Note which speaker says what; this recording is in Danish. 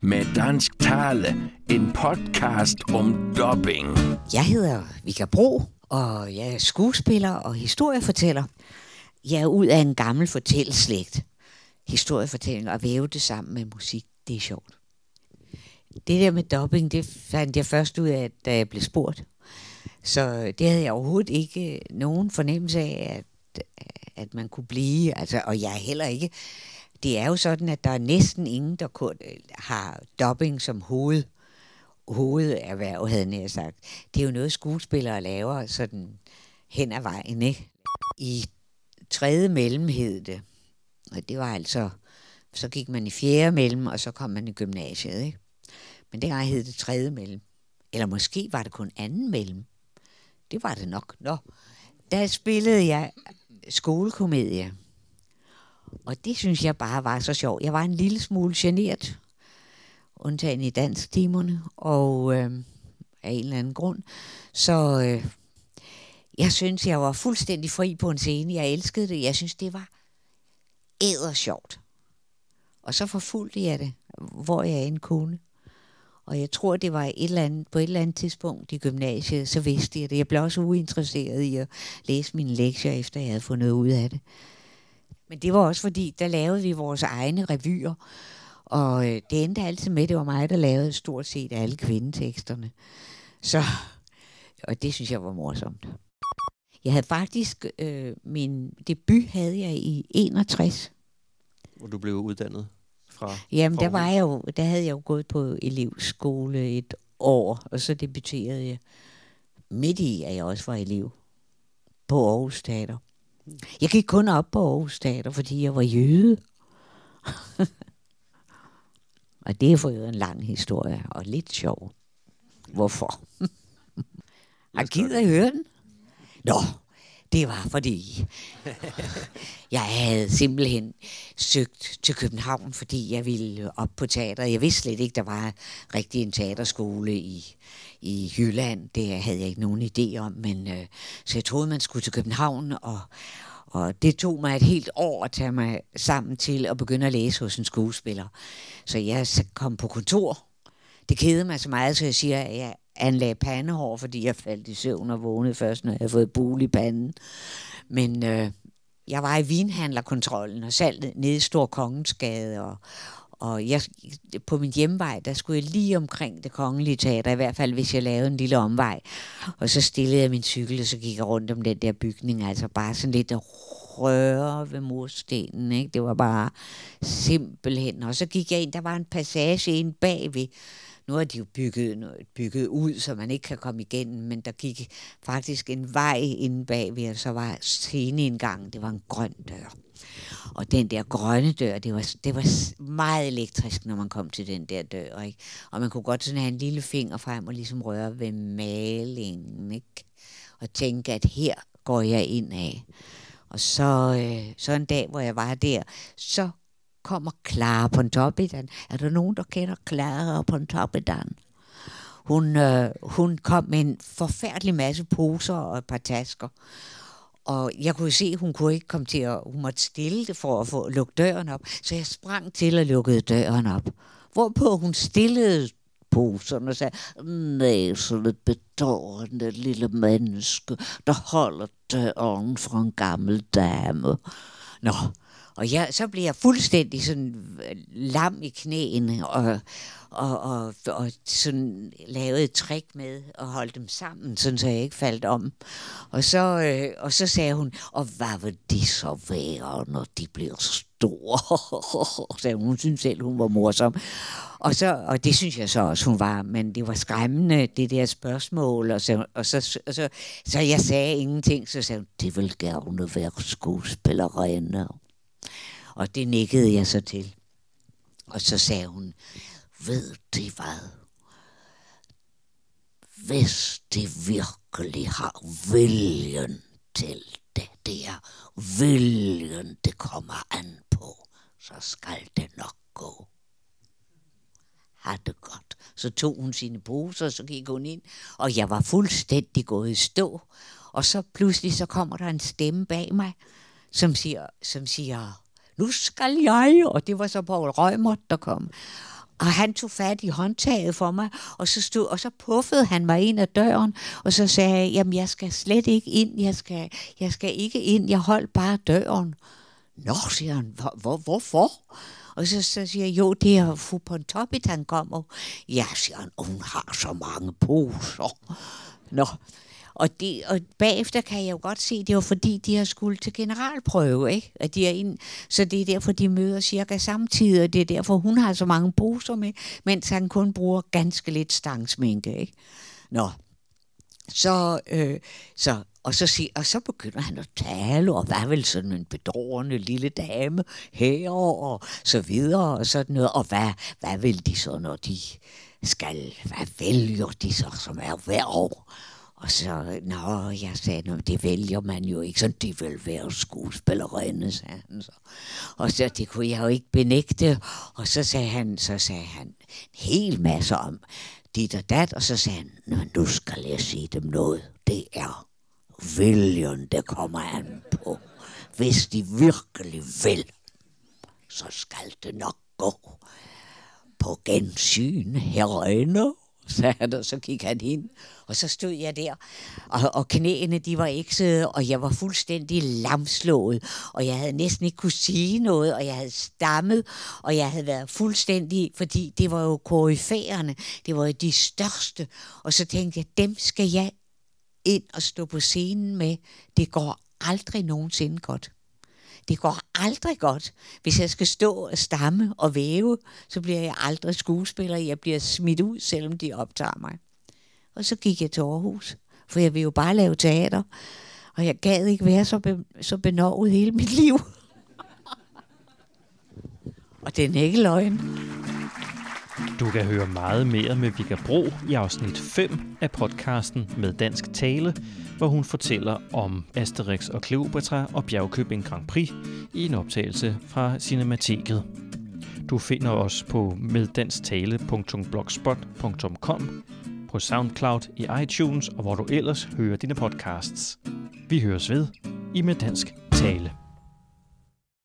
Speaker 1: med dansk tale, en podcast om dubbing.
Speaker 2: Jeg hedder Vika Bro, og jeg er skuespiller og historiefortæller. Jeg er ud af en gammel fortælleslægt. Historiefortælling og væve det sammen med musik, det er sjovt. Det der med dubbing, det fandt jeg først ud af, da jeg blev spurgt. Så det havde jeg overhovedet ikke nogen fornemmelse af, at man kunne blive. Altså, og jeg heller ikke. Det er jo sådan, at der er næsten ingen, der kun har dubbing som hovederhverv, havde jeg sagt. Det er jo noget, skuespillere laver sådan hen ad vejen, ikke? I 3. mellem hed det. Og det var altså, så gik man i 4. mellem, og så kom man i gymnasiet, ikke? Men dengang hed det 3. mellem. Eller måske var det kun 2. mellem. Det var det nok. Der spillede jeg skolekomedie. Og det synes jeg bare var så sjovt. Jeg var en lille smule genert, undtagen i dansktimerne, og af en eller anden grund. Så jeg synes, jeg var fuldstændig fri på en scene. Jeg elskede det. Jeg synes, det var ædersjovt. Og så forfulgte jeg det, hvor jeg end kunne. Og jeg tror, det var på et eller andet tidspunkt i gymnasiet, så vidste jeg det. Jeg blev også uinteresseret i at læse mine lektier, efter jeg havde fundet ud af det. Men det var også fordi, der lavede vi vores egne revyer, og det endte altid med, det var mig, der lavede stort set alle kvindeteksterne. Og det synes jeg var morsomt. Jeg havde faktisk, min debut havde jeg i 61.
Speaker 3: Hvor du blev uddannet fra?
Speaker 2: Jamen, der havde jeg jo gået på elevskole et år, og så debuterede jeg midt i, at jeg også var elev på Aarhus Teater. Jeg gik kun op på Aarhus Teater, fordi jeg var jøde. Og det er for en lang historie, og lidt sjov. Hvorfor? Har givet at høre den? Nå, det var fordi, jeg havde simpelthen søgt til København, fordi jeg ville op på teater. Jeg vidste slet ikke, der var rigtig en teaterskole i Jylland. Det havde jeg ikke nogen idé om, men så jeg troede, man skulle til København, og det tog mig et helt år at tage mig sammen til at begynde at læse hos en skuespiller. Så jeg kom på kontor. Det kedede mig så meget, så jeg siger, at jeg anlagde pandehår, fordi jeg faldt i søvn og vågnede først, når jeg havde fået bul i panden. Men jeg var i vinhandlerkontrollen og salg nede i Stor Kongensgade, og jeg, på min hjemvej, der skulle jeg lige omkring Det Kongelige Teater, i hvert fald hvis jeg lavede en lille omvej. Og så stillede jeg min cykel, og så gik jeg rundt om den der bygning, altså bare sådan lidt at røre ved murstenen, ikke? Det var bare simpelthen. Og så gik jeg ind, der var en passage ind bagved. Nu er de jo bygget ud, så man ikke kan komme igennem, men der gik faktisk en vej inde bagved, og så var sceneindgangen, det var en grøn dør. Og den der grønne dør, det var meget elektrisk, når man kom til den der dør, ikke? Og man kunne godt sådan have en lille finger frem og ligesom røre ved malingen, ikke? Og tænke, at her går jeg ind af. Og så en dag, hvor jeg var der, så kommer Clara Pontoppidan. Er der nogen, der kender Clara Pontoppidan? Hun kom med en forfærdelig masse poser og et par tasker. Og jeg kunne se, at hun kunne ikke komme til hun måtte stille det for at få lukket døren op. Så jeg sprang til og lukkede døren op. Hvorpå hun stillede poserne og sagde, nej, sådan et bedårende lille menneske, der holder døren fra en gammel dame. Nå, og så blev jeg fuldstændig sådan lam i knæene, og sådan lavede et trick med at holde dem sammen, sådan så jeg ikke faldt om. Og så sagde hun, og hvad vil de så være, når de bliver store? Så hun syntes selv, hun var morsom. Og det synes jeg så også, hun var, men det var skræmmende, det der spørgsmål, og så jeg sagde ingenting, så sagde hun, det vil gerne være skuespillerinde. Og det nikkede jeg så til. Og så sagde hun, ved de hvad? Hvis de virkelig har viljen til det, det er viljen, det kommer an på, så skal det nok gå. Ha' det godt. Så tog hun sine poser, og så gik hun ind, og jeg var fuldstændig gået i stå. Og så pludselig så kommer der en stemme bag mig, som siger, nu skal jeg, og det var så Poul Reumert, der kom. Og han tog fat i håndtaget for mig, og så puffede han mig ind ad døren, og så sagde jeg, jamen jeg skal slet ikke ind, jeg skal ikke ind, jeg holdt bare døren. Nå, siger han, hvorfor? Og så siger jeg, jo, det er fru Pontoppidan, han kommer. Ja, siger han, hun har så mange poser. Nå, og bagefter kan jeg jo godt se, det var fordi, de har skulle til generalprøve, ikke? At de er så det er derfor, de møder cirka samtidig, og det er derfor, hun har så mange poser med, mens han kun bruger ganske lidt stangsminke, ikke? Nå, og så begynder han at tale, og hvad vil sådan en bedårende lille dame her, og så videre, og sådan noget, og hvad vil de så, når de skal, hvad vælger de så, som er værv? Og så, jeg sagde, det vælger man jo ikke, så det vil være skuespillerinde, sagde han så. Og så, det kunne jeg jo ikke benægte, og så sagde han en hel masse om dit og dat, og så sagde han, nu skal jeg sige dem noget, det er viljen, det kommer an på. Hvis de virkelig vil, så skal det nok gå. På gensyn herinde, sagde han, og så gik han ind, og så stod jeg der, og knæene, de var eksede, og jeg var fuldstændig lamslået, og jeg havde næsten ikke kunne sige noget, og jeg havde stammet, og jeg havde været fuldstændig, fordi det var jo koryfæerne, det var jo de største, og så tænkte jeg, dem skal jeg ind og stå på scenen med. Det går aldrig nogensinde godt. Det går aldrig godt. Hvis jeg skal stå og stamme og væve, så bliver jeg aldrig skuespiller. Jeg bliver smidt ud, selvom de optager mig. Og så gik jeg til Aarhus, for jeg vil jo bare lave teater. Og jeg gad ikke være så benovet hele mit liv. Og det er ikke løgn.
Speaker 4: Du kan høre meget mere med Vigga Bro i afsnit 5 af podcasten Med Dansk Tale, hvor hun fortæller om Asterix og Kleopatra og Bjergkøbing Grand Prix i en optagelse fra Cinemateket. Du finder os på meddanskTale.blogspot.com, på SoundCloud, i iTunes og hvor du ellers hører dine podcasts. Vi høres ved i Med Dansk Tale.